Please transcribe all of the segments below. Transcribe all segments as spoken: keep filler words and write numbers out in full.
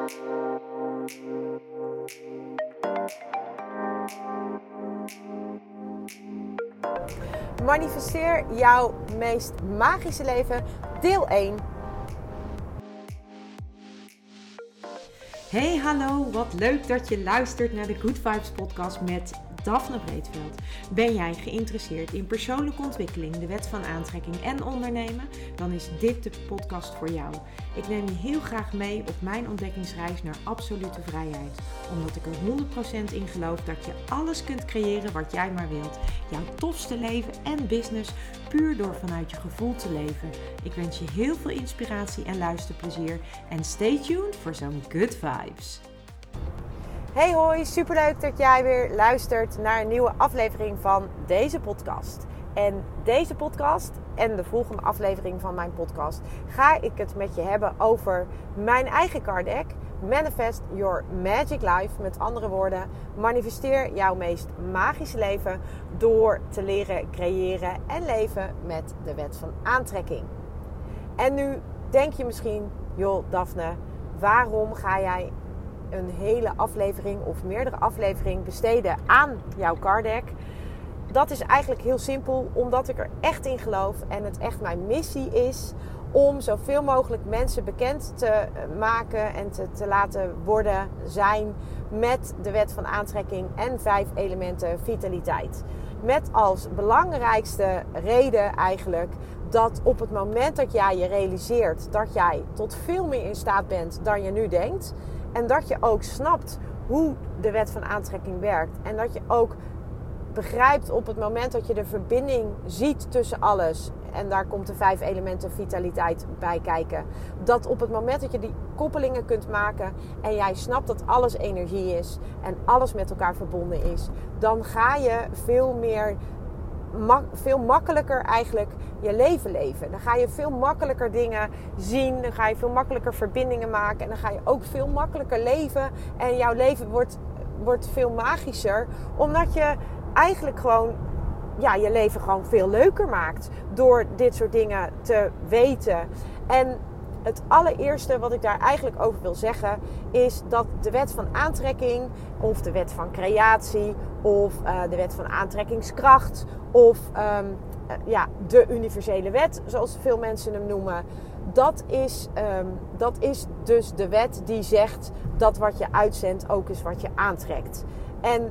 Manifesteer jouw meest magische leven, deel één. Hey, hallo, wat leuk dat je luistert naar de Good Vibes podcast met Daphne Breedveld. Ben jij geïnteresseerd in persoonlijke ontwikkeling, de wet van aantrekking en ondernemen? Dan is dit de podcast voor jou. Ik neem je heel graag mee op mijn ontdekkingsreis naar absolute vrijheid. Omdat ik er honderd procent in geloof dat je alles kunt creëren wat jij maar wilt. Jouw tofste leven en business puur door vanuit je gevoel te leven. Ik wens je heel veel inspiratie en luisterplezier. En stay tuned voor zo'n Good Vibes. Hey hoi, superleuk dat jij weer luistert naar een nieuwe aflevering van deze podcast. En deze podcast en de volgende aflevering van mijn podcast ga ik het met je hebben over mijn eigen card deck. Manifest Your Magic Life. Met andere woorden, manifesteer jouw meest magische leven door te leren creëren en leven met de wet van aantrekking. En nu denk je misschien, joh Daphne, waarom ga jij een hele aflevering of meerdere afleveringen besteden aan jouw card deck? Dat is eigenlijk heel simpel, omdat ik er echt in geloof en het echt mijn missie is om zoveel mogelijk mensen bekend te maken en te, te laten worden zijn met de wet van aantrekking en vijf elementen vitaliteit. Met als belangrijkste reden eigenlijk dat op het moment dat jij je realiseert dat jij tot veel meer in staat bent dan je nu denkt, en dat je ook snapt hoe de wet van aantrekking werkt. En dat je ook begrijpt op het moment dat je de verbinding ziet tussen alles. En daar komt de vijf elementen vitaliteit bij kijken. Dat op het moment dat je die koppelingen kunt maken en jij snapt dat alles energie is en alles met elkaar verbonden is, dan ga je veel meer, veel makkelijker eigenlijk je leven leven. Dan ga je veel makkelijker dingen zien. Dan ga je veel makkelijker verbindingen maken. En dan ga je ook veel makkelijker leven. En jouw leven wordt, wordt veel magischer. Omdat je eigenlijk gewoon ja, je leven gewoon veel leuker maakt. Door dit soort dingen te weten. En het allereerste wat ik daar eigenlijk over wil zeggen is dat de wet van aantrekking of de wet van creatie of uh, de wet van aantrekkingskracht of um, uh, ja, de universele wet, zoals veel mensen hem noemen, dat is, um, dat is dus de wet die zegt dat wat je uitzendt ook is wat je aantrekt. En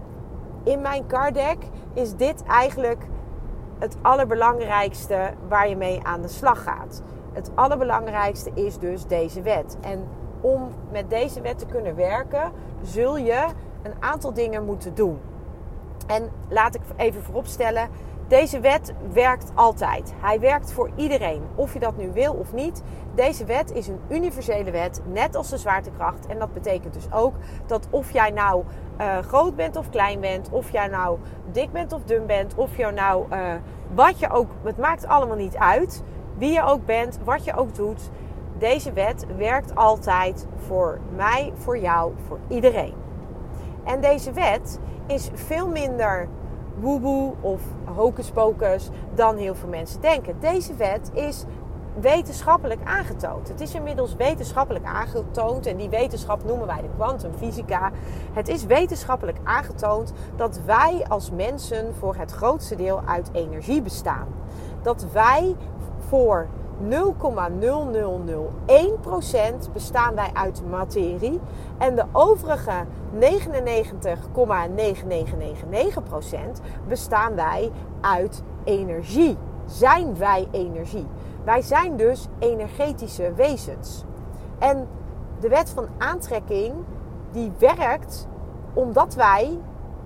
in mijn card deck is dit eigenlijk het allerbelangrijkste waar je mee aan de slag gaat. Het allerbelangrijkste is dus deze wet. En om met deze wet te kunnen werken, zul je een aantal dingen moeten doen. En laat ik even vooropstellen, deze wet werkt altijd. Hij werkt voor iedereen, of je dat nu wil of niet. Deze wet is een universele wet, net als de zwaartekracht. En dat betekent dus ook dat of jij nou uh, groot bent of klein bent, of jij nou dik bent of dun bent, of je nou uh, wat je ook, het maakt allemaal niet uit. Wie je ook bent, wat je ook doet, deze wet werkt altijd voor mij, voor jou, voor iedereen. En deze wet is veel minder woewoe of hocus-pocus dan heel veel mensen denken. Deze wet is wetenschappelijk aangetoond. Het is inmiddels wetenschappelijk aangetoond en die wetenschap noemen wij de kwantumfysica. Het is wetenschappelijk aangetoond dat wij als mensen voor het grootste deel uit energie bestaan. Dat wij voor nul komma nul nul nul één procent bestaan wij uit materie en de overige negenennegentig komma negen negen negen negen procent bestaan wij uit energie. Zijn wij energie? Wij zijn dus energetische wezens. En de wet van aantrekking die werkt omdat wij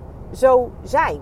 zo zijn.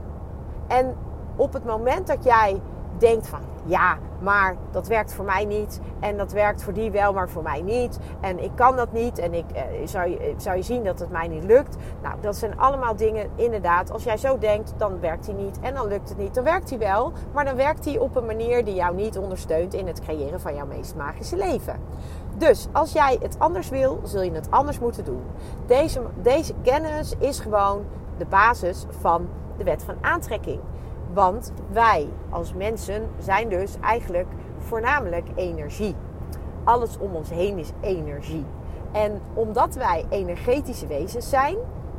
En op het moment dat jij denkt van ja, maar dat werkt voor mij niet en dat werkt voor die wel, maar voor mij niet en ik kan dat niet en ik eh, zou, je, zou je zien dat het mij niet lukt. Nou, dat zijn allemaal dingen inderdaad. Als jij zo denkt, dan werkt hij niet en dan lukt het niet. Dan werkt hij wel, maar dan werkt hij op een manier die jou niet ondersteunt in het creëren van jouw meest magische leven. Dus als jij het anders wil, zul je het anders moeten doen. Deze, deze kennis is gewoon de basis van de wet van aantrekking. Want wij als mensen zijn dus eigenlijk voornamelijk energie. Alles om ons heen is energie. En omdat wij energetische wezens zijn,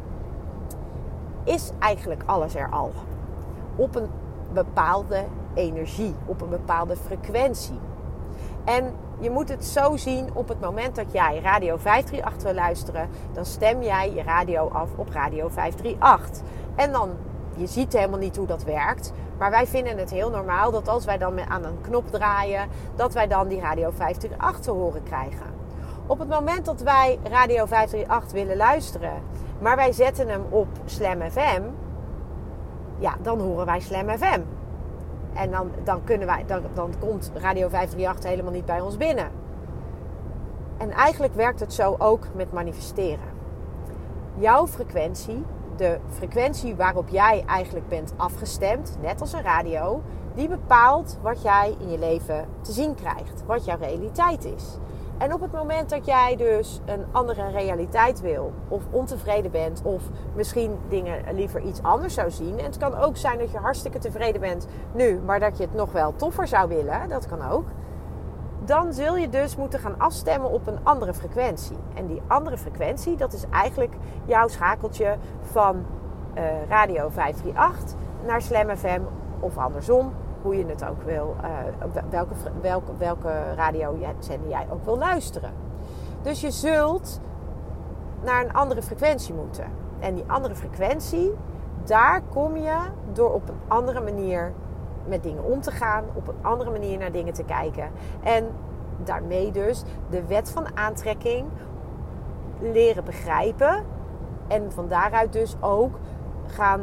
is eigenlijk alles er al. Op een bepaalde energie, op een bepaalde frequentie. En je moet het zo zien, op het moment dat jij Radio vijf drie acht wil luisteren, dan stem jij je radio af op Radio vijf drie acht. En dan, je ziet helemaal niet hoe dat werkt, maar wij vinden het heel normaal dat als wij dan aan een knop draaien, dat wij dan die Radio vijf drie acht te horen krijgen. Op het moment dat wij Radio vijf drie acht willen luisteren, maar wij zetten hem op Slam F M, ja, dan horen wij Slam F M. En dan, dan, kunnen wij, dan, dan komt Radio vijf drie acht helemaal niet bij ons binnen. En eigenlijk werkt het zo ook met manifesteren. Jouw frequentie, de frequentie waarop jij eigenlijk bent afgestemd, net als een radio, die bepaalt wat jij in je leven te zien krijgt, wat jouw realiteit is. En op het moment dat jij dus een andere realiteit wil, of ontevreden bent, of misschien dingen liever iets anders zou zien. En het kan ook zijn dat je hartstikke tevreden bent nu, maar dat je het nog wel toffer zou willen, dat kan ook. Dan zul je dus moeten gaan afstemmen op een andere frequentie. En die andere frequentie, dat is eigenlijk jouw schakeltje van uh, Radio vijf drie acht naar Slam F M of andersom. Hoe je het ook wil, uh, welke, welke, welke radiozender jij ook wil luisteren. Dus je zult naar een andere frequentie moeten. En die andere frequentie, daar kom je door op een andere manier met dingen om te gaan. Op een andere manier naar dingen te kijken. En daarmee dus de wet van aantrekking leren begrijpen. En van daaruit dus ook gaan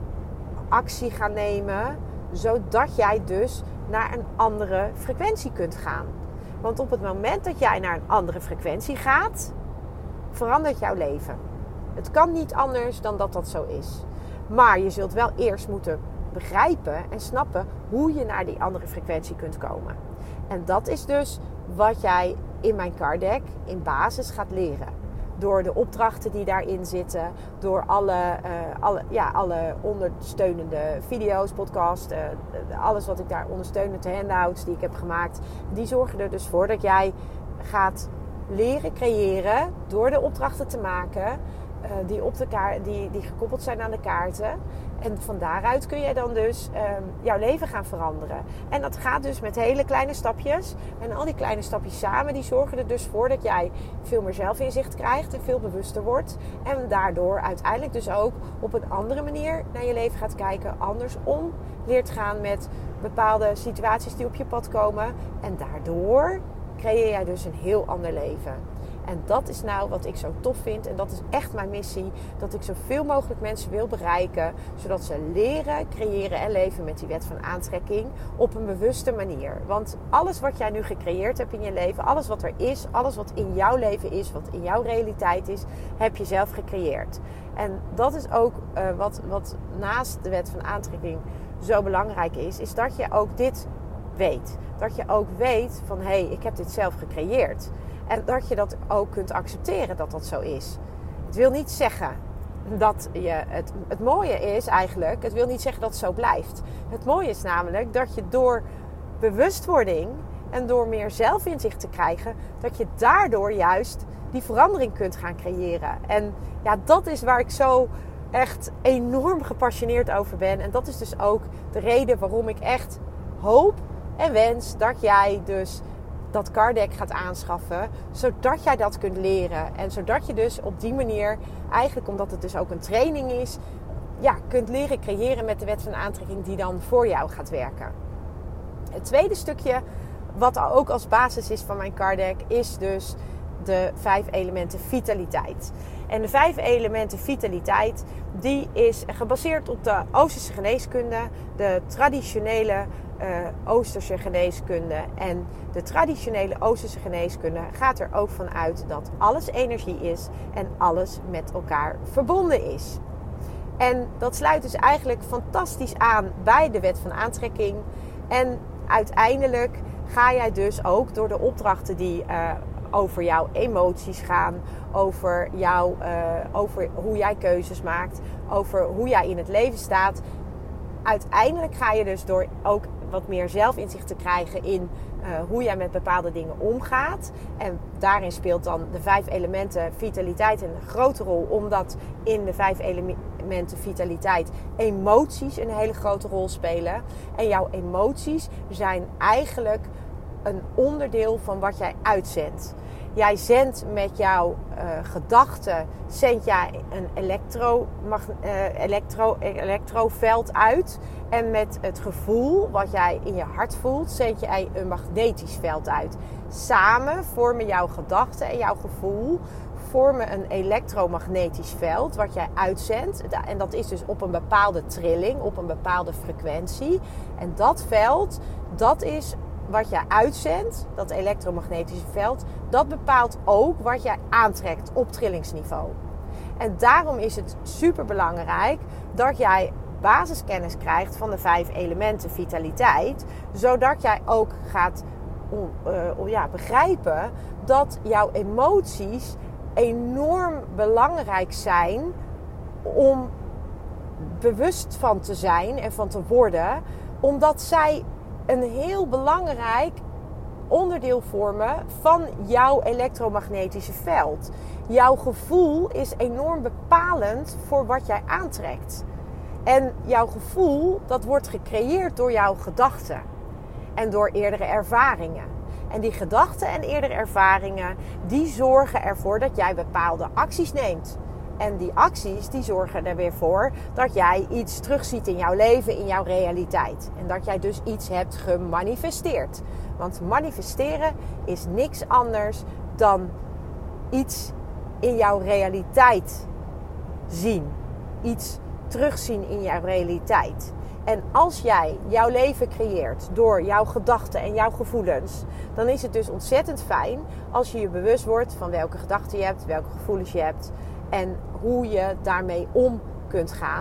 actie gaan nemen, zodat jij dus naar een andere frequentie kunt gaan. Want op het moment dat jij naar een andere frequentie gaat, verandert jouw leven. Het kan niet anders dan dat dat zo is. Maar je zult wel eerst moeten begrijpen en snappen hoe je naar die andere frequentie kunt komen. En dat is dus wat jij in mijn card deck in basis gaat leren. Door de opdrachten die daarin zitten. Door alle, uh, alle, ja, alle ondersteunende video's, podcasts. Uh, alles wat ik daar ondersteunend, de handouts die ik heb gemaakt. Die zorgen er dus voor dat jij gaat leren creëren. Door de opdrachten te maken. Uh, die, op de kaart, die, die gekoppeld zijn aan de kaarten. En van daaruit kun je dan dus um, jouw leven gaan veranderen. En dat gaat dus met hele kleine stapjes. En al die kleine stapjes samen, die zorgen er dus voor dat jij veel meer zelfinzicht krijgt en veel bewuster wordt. En daardoor uiteindelijk dus ook op een andere manier naar je leven gaat kijken. Andersom leert gaan met bepaalde situaties die op je pad komen. En daardoor creëer jij dus een heel ander leven. En dat is nou wat ik zo tof vind. En dat is echt mijn missie. Dat ik zoveel mogelijk mensen wil bereiken. Zodat ze leren, creëren en leven met die wet van aantrekking. Op een bewuste manier. Want alles wat jij nu gecreëerd hebt in je leven. Alles wat er is. Alles wat in jouw leven is. Wat in jouw realiteit is. Heb je zelf gecreëerd. En dat is ook uh, wat, wat naast de wet van aantrekking zo belangrijk is. Is dat je ook dit weet. Dat je ook weet van hé, hey, ik heb dit zelf gecreëerd. En dat je dat ook kunt accepteren dat dat zo is. Het wil niet zeggen dat je... Het, het mooie is eigenlijk... Het wil niet zeggen dat het zo blijft. Het mooie is namelijk dat je door bewustwording... en door meer zelfinzicht te krijgen... dat je daardoor juist die verandering kunt gaan creëren. En ja, dat is waar ik zo echt enorm gepassioneerd over ben. En dat is dus ook de reden waarom ik echt hoop en wens... dat jij dus... dat card deck gaat aanschaffen, zodat jij dat kunt leren. En zodat je dus op die manier, eigenlijk omdat het dus ook een training is, ja, kunt leren creëren met de wet van aantrekking die dan voor jou gaat werken. Het tweede stukje, wat ook als basis is van mijn card deck, is dus de vijf elementen vitaliteit. En de vijf elementen vitaliteit, die is gebaseerd op de Oosterse geneeskunde, de traditionele uh, Oosterse geneeskunde. En de traditionele Oosterse geneeskunde gaat er ook van uit dat alles energie is en alles met elkaar verbonden is. En dat sluit dus eigenlijk fantastisch aan bij de wet van aantrekking. En uiteindelijk ga jij dus ook door de opdrachten die uh, over jouw emoties gaan, over, jou, uh, over hoe jij keuzes maakt, over hoe jij in het leven staat. Uiteindelijk ga je dus door ook wat meer zelfinzicht te krijgen in uh, hoe jij met bepaalde dingen omgaat. En daarin speelt dan de vijf elementen vitaliteit een grote rol. Omdat in de vijf elementen vitaliteit emoties een hele grote rol spelen. En jouw emoties zijn eigenlijk een onderdeel van wat jij uitzendt. Jij zendt met jouw uh, gedachten zend jij een elektro, mag, uh, elektro, elektroveld uit. En met het gevoel wat jij in je hart voelt, zend jij een magnetisch veld uit. Samen vormen jouw gedachten en jouw gevoel vormen een elektromagnetisch veld wat jij uitzendt. En dat is dus op een bepaalde trilling, op een bepaalde frequentie. En dat veld, dat is wat jij uitzendt, dat elektromagnetische veld, dat bepaalt ook wat jij aantrekt op trillingsniveau. En daarom is het super belangrijk dat jij basiskennis krijgt van de vijf elementen vitaliteit, zodat jij ook gaat uh, ja, begrijpen dat jouw emoties enorm belangrijk zijn om bewust van te zijn en van te worden, omdat zij een heel belangrijk onderdeel vormen van jouw elektromagnetische veld. Jouw gevoel is enorm bepalend voor wat jij aantrekt. En jouw gevoel, dat wordt gecreëerd door jouw gedachten en door eerdere ervaringen. En die gedachten en eerdere ervaringen, die zorgen ervoor dat jij bepaalde acties neemt. En die acties, die zorgen er weer voor dat jij iets terugziet in jouw leven, in jouw realiteit. En dat jij dus iets hebt gemanifesteerd. Want manifesteren is niks anders dan iets in jouw realiteit zien. Iets terugzien in jouw realiteit. En als jij jouw leven creëert door jouw gedachten en jouw gevoelens, dan is het dus ontzettend fijn als je je bewust wordt van welke gedachten je hebt, welke gevoelens je hebt en hoe je daarmee om kunt gaan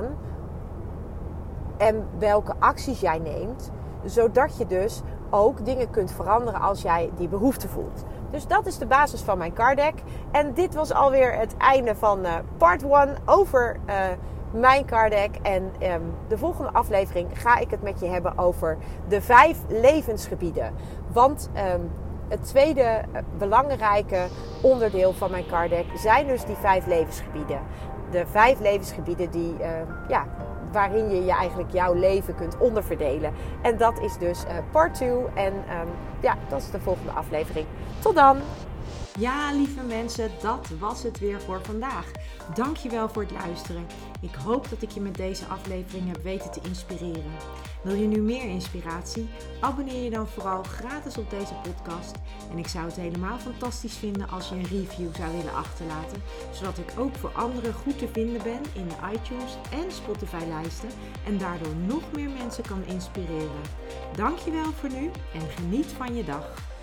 en welke acties jij neemt, zodat je dus ook dingen kunt veranderen als jij die behoefte voelt. Dus dat is de basis van mijn card deck. En dit was alweer het einde van uh, part one over uh, mijn card deck. En um, de volgende aflevering ga ik het met je hebben over de vijf levensgebieden. Want um, het tweede uh, belangrijke onderdeel van mijn card deck zijn dus die vijf levensgebieden. De vijf levensgebieden die, uh, ja, waarin je, je eigenlijk jouw leven kunt onderverdelen. En dat is dus uh, part twee. En um, ja, dat is de volgende aflevering. Tot dan! Ja, lieve mensen, dat was het weer voor vandaag. Dankjewel voor het luisteren. Ik hoop dat ik je met deze aflevering heb weten te inspireren. Wil je nu meer inspiratie? Abonneer je dan vooral gratis op deze podcast. En ik zou het helemaal fantastisch vinden als je een review zou willen achterlaten, zodat ik ook voor anderen goed te vinden ben in de iTunes en Spotify lijsten en daardoor nog meer mensen kan inspireren. Dankjewel voor nu en geniet van je dag.